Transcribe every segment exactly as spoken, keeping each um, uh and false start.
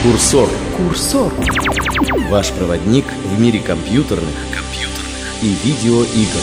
Курсор. Курсор. Ваш проводник в мире компьютерных, компьютерных и видеоигр.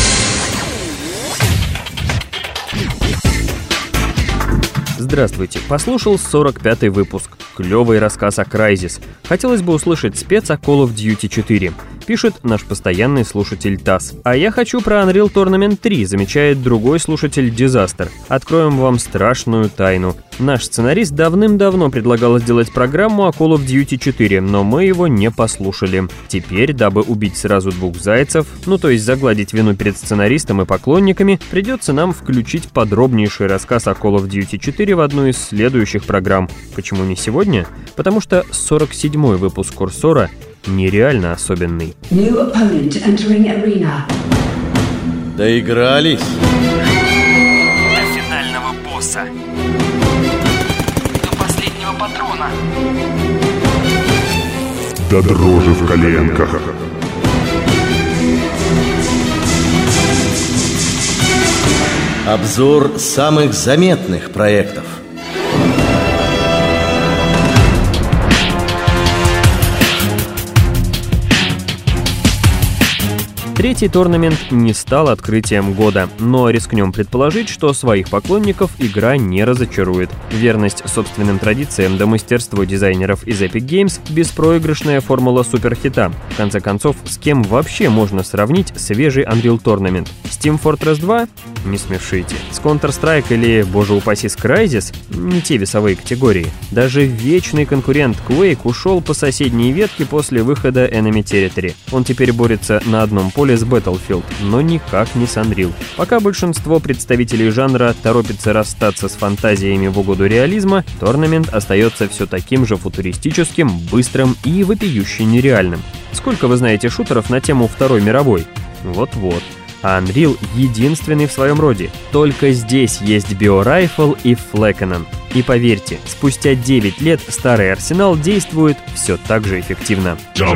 Здравствуйте, послушал сорок пятый выпуск. Клевый рассказ о Crysis. Хотелось бы услышать спец о Call of Duty четыре. Пишет наш постоянный слушатель ТАСС. А я хочу про Unreal Tournament три, замечает другой слушатель Disaster. Откроем вам страшную тайну. Наш сценарист давным-давно предлагал сделать программу о Call of Duty четыре, но мы его не послушали. Теперь, дабы убить сразу двух зайцев, ну то есть загладить вину перед сценаристом и поклонниками, придется нам включить подробнейший рассказ о Call of Duty четыре в одну из следующих программ. Почему не сегодня? Потому что сорок седьмой выпуск Курсора нереально особенный. New opponent entering arena. Доигрались. До финального босса. До последнего патрона. До дрожи в коленках. Обзор самых заметных проектов. Третий торнамент не стал открытием года, но рискнем предположить, что своих поклонников игра не разочарует. Верность собственным традициям да мастерство дизайнеров из Epic Games – беспроигрышная формула суперхита. В конце концов, с кем вообще можно сравнить свежий Unreal Tournament? С Team Fortress два? Не смешите. С Counter-Strike или, боже упаси, с Crysis? Не те весовые категории. Даже вечный конкурент Quake ушел по соседней ветке после выхода Enemy Territory. Он теперь борется на одном поле с Battlefield, но никак не с Unreal. Пока большинство представителей жанра торопится расстаться с фантазиями в угоду реализма, Tournament остается все таким же футуристическим, быстрым и вопиюще нереальным. Сколько вы знаете шутеров на тему Второй мировой? Вот-вот. А Unreal единственный в своем роде. Только здесь есть BioRifle и Flekanon. И поверьте, спустя девять лет старый арсенал действует все так же эффективно.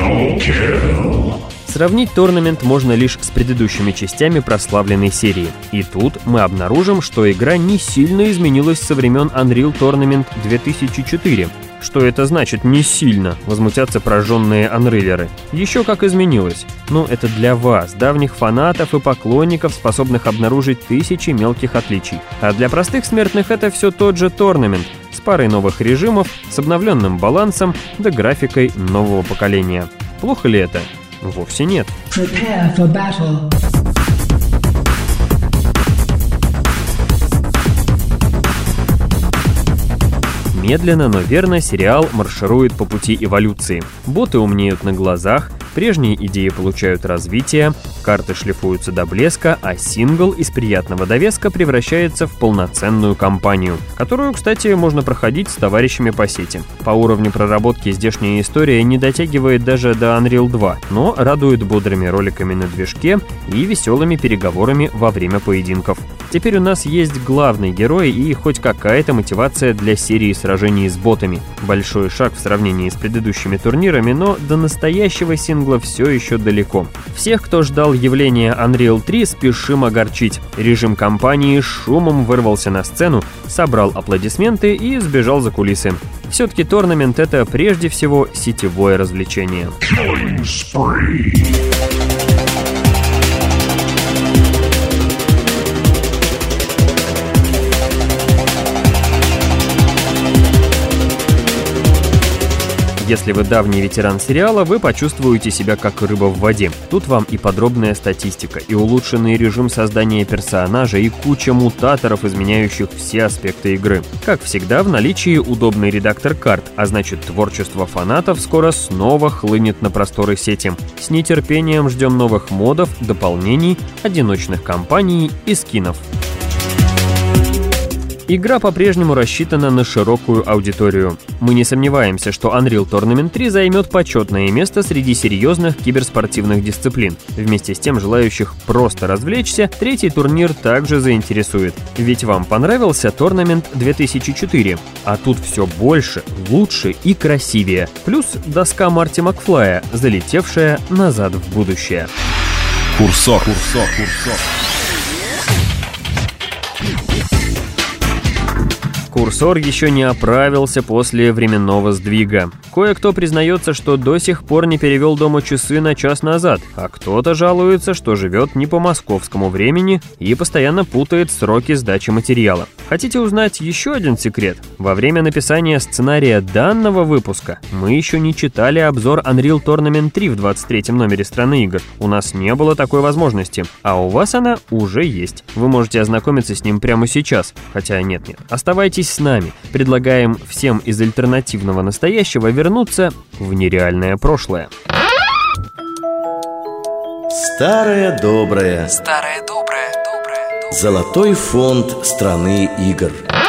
Сравнить Tournament можно лишь с предыдущими частями прославленной серии. И тут мы обнаружим, что игра не сильно изменилась со времен Unreal Tournament две тысячи четыре. Что это значит «не сильно»? Возмутятся прожженные анрилеры. Еще как изменилось. Ну, это для вас, давних фанатов и поклонников, способных обнаружить тысячи мелких отличий. А для простых смертных это все тот же Tournament, с парой новых режимов, с обновленным балансом, да графикой нового поколения. Плохо ли это? Вовсе нет. Prepare for battle. Медленно, но верно сериал марширует по пути эволюции. Боты умнеют на глазах, прежние идеи получают развитие, карты шлифуются до блеска, а сингл из приятного довеска превращается в полноценную кампанию, которую, кстати, можно проходить с товарищами по сети. По уровню проработки здешняя история не дотягивает даже до Unreal два, но радует бодрыми роликами на движке и веселыми переговорами во время поединков. Теперь у нас есть главный герой и хоть какая-то мотивация для серии сражений с ботами. Большой шаг в сравнении с предыдущими турнирами, но до настоящего сингла все еще далеко. Всех, кто ждал явления Unreal три, спешим огорчить. Режим кампании шумом вырвался на сцену, собрал аплодисменты и сбежал за кулисы. Все-таки Tournament — это прежде всего сетевое развлечение. Если вы давний ветеран сериала, вы почувствуете себя как рыба в воде. Тут вам и подробная статистика, и улучшенный режим создания персонажа, и куча мутаторов, изменяющих все аспекты игры. Как всегда, в наличии удобный редактор карт, а значит, творчество фанатов скоро снова хлынет на просторы сети. С нетерпением ждем новых модов, дополнений, одиночных кампаний и скинов. Игра по-прежнему рассчитана на широкую аудиторию. Мы не сомневаемся, что Unreal Tournament три займет почетное место среди серьезных киберспортивных дисциплин. Вместе с тем, желающих просто развлечься, третий турнир также заинтересует. Ведь вам понравился Tournament две тысячи четыре, а тут все больше, лучше и красивее. Плюс доска Марти Макфлая, залетевшая назад в будущее. Курсор, курсор, курсор. Курсор еще не оправился после временного сдвига. Кое-кто признается, что до сих пор не перевел дома часы на час назад, а кто-то жалуется, что живет не по московскому времени и постоянно путает сроки сдачи материала. Хотите узнать еще один секрет? Во время написания сценария данного выпуска мы еще не читали обзор Unreal Tournament три в двадцать третьем номере «Страны игр». У нас не было такой возможности, а у вас она уже есть. Вы можете ознакомиться с ним прямо сейчас. Хотя нет-нет, оставайтесь с нами. Предлагаем всем из альтернативного настоящего вернуться в нереальное прошлое. Старое доброе. Старое доброе, доброе, доброе. Золотой фонд страны игр.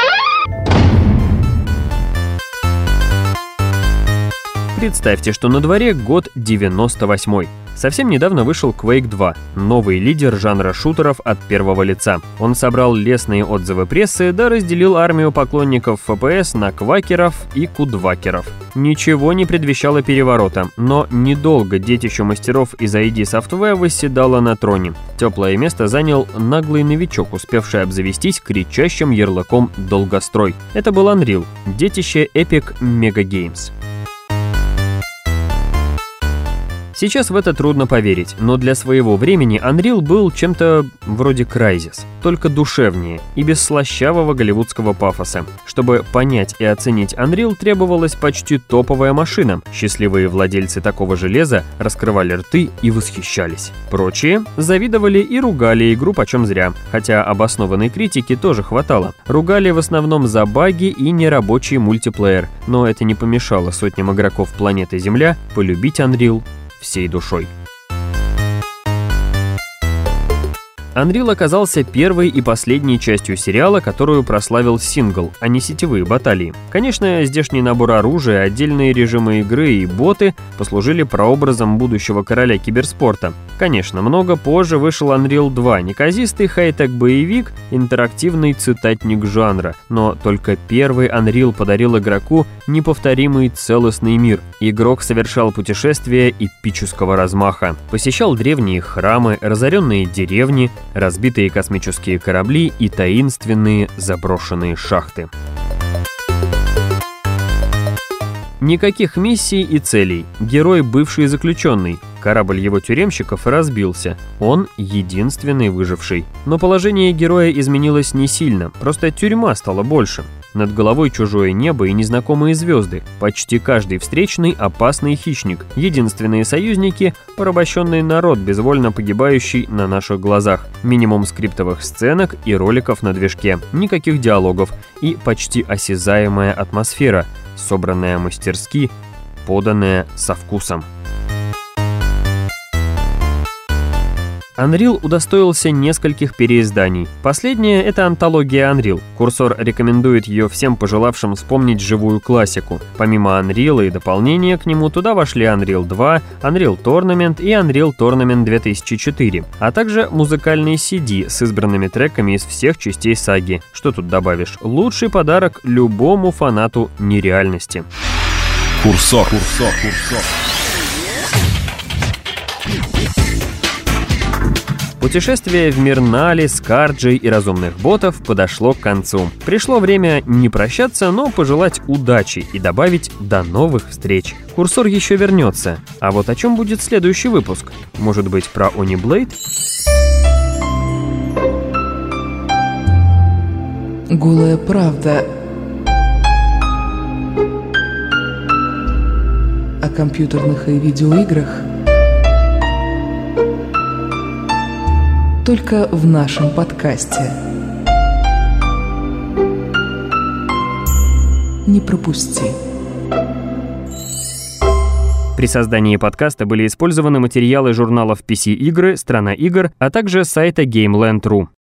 Представьте, что на дворе год девяносто восьмой. Совсем недавно вышел Quake два, новый лидер жанра шутеров от первого лица. Он собрал лестные отзывы прессы, да разделил армию поклонников эф пи эс на квакеров и кудвакеров. Ничего не предвещало переворота, но недолго детище мастеров из ай ди Software восседало на троне. Теплое место занял наглый новичок, успевший обзавестись кричащим ярлыком «Долгострой». Это был Unreal, детище Epic Mega Games. Сейчас в это трудно поверить, но для своего времени Unreal был чем-то вроде Crysis, только душевнее и без слащавого голливудского пафоса. Чтобы понять и оценить Unreal, требовалась почти топовая машина. Счастливые владельцы такого железа раскрывали рты и восхищались. Прочие завидовали и ругали игру почем зря, хотя обоснованной критики тоже хватало. Ругали в основном за баги и нерабочий мультиплеер, но это не помешало сотням игроков планеты Земля полюбить Unreal всей душой. Unreal оказался первой и последней частью сериала, которую прославил сингл, а не сетевые баталии. Конечно, здешний набор оружия, отдельные режимы игры и боты послужили прообразом будущего короля киберспорта. Конечно, много позже вышел Unreal два, неказистый хай-тек боевик, интерактивный цитатник жанра. Но только первый Unreal подарил игроку неповторимый целостный мир. Игрок совершал путешествия эпического размаха, посещал древние храмы, разоренные деревни, разбитые космические корабли и таинственные заброшенные шахты. Никаких миссий и целей. Герой бывший заключенный. Корабль его тюремщиков разбился. Он единственный выживший. Но положение героя изменилось не сильно, просто тюрьма стала больше. Над головой чужое небо и незнакомые звезды. Почти каждый встречный – опасный хищник. Единственные союзники – порабощенный народ, безвольно погибающий на наших глазах. Минимум скриптовых сценок и роликов на движке. Никаких диалогов. И почти осязаемая атмосфера, собранная мастерски, поданная со вкусом. Unreal удостоился нескольких переизданий. Последнее — это антология Unreal. Курсор рекомендует ее всем пожелавшим вспомнить живую классику. Помимо Unreal и дополнения к нему, туда вошли Unreal два, Unreal Tournament и Unreal Tournament две тысячи четыре, а также музыкальный си ди с избранными треками из всех частей саги. Что тут добавишь? Лучший подарок любому фанату нереальности. Курсор, курсор, курсор. Путешествие в мир Нали, Скарджи и разумных ботов подошло к концу. Пришло время не прощаться, но пожелать удачи и добавить «до новых встреч». Курсор еще вернется. А вот о чем будет следующий выпуск? Может быть, про Oni-Blade? Голая правда о компьютерных и видеоиграх только в нашем подкасте. Не пропусти. При создании подкаста были использованы материалы журналов пи си-игры, «Страна игр», а также сайта геймленд точка ру.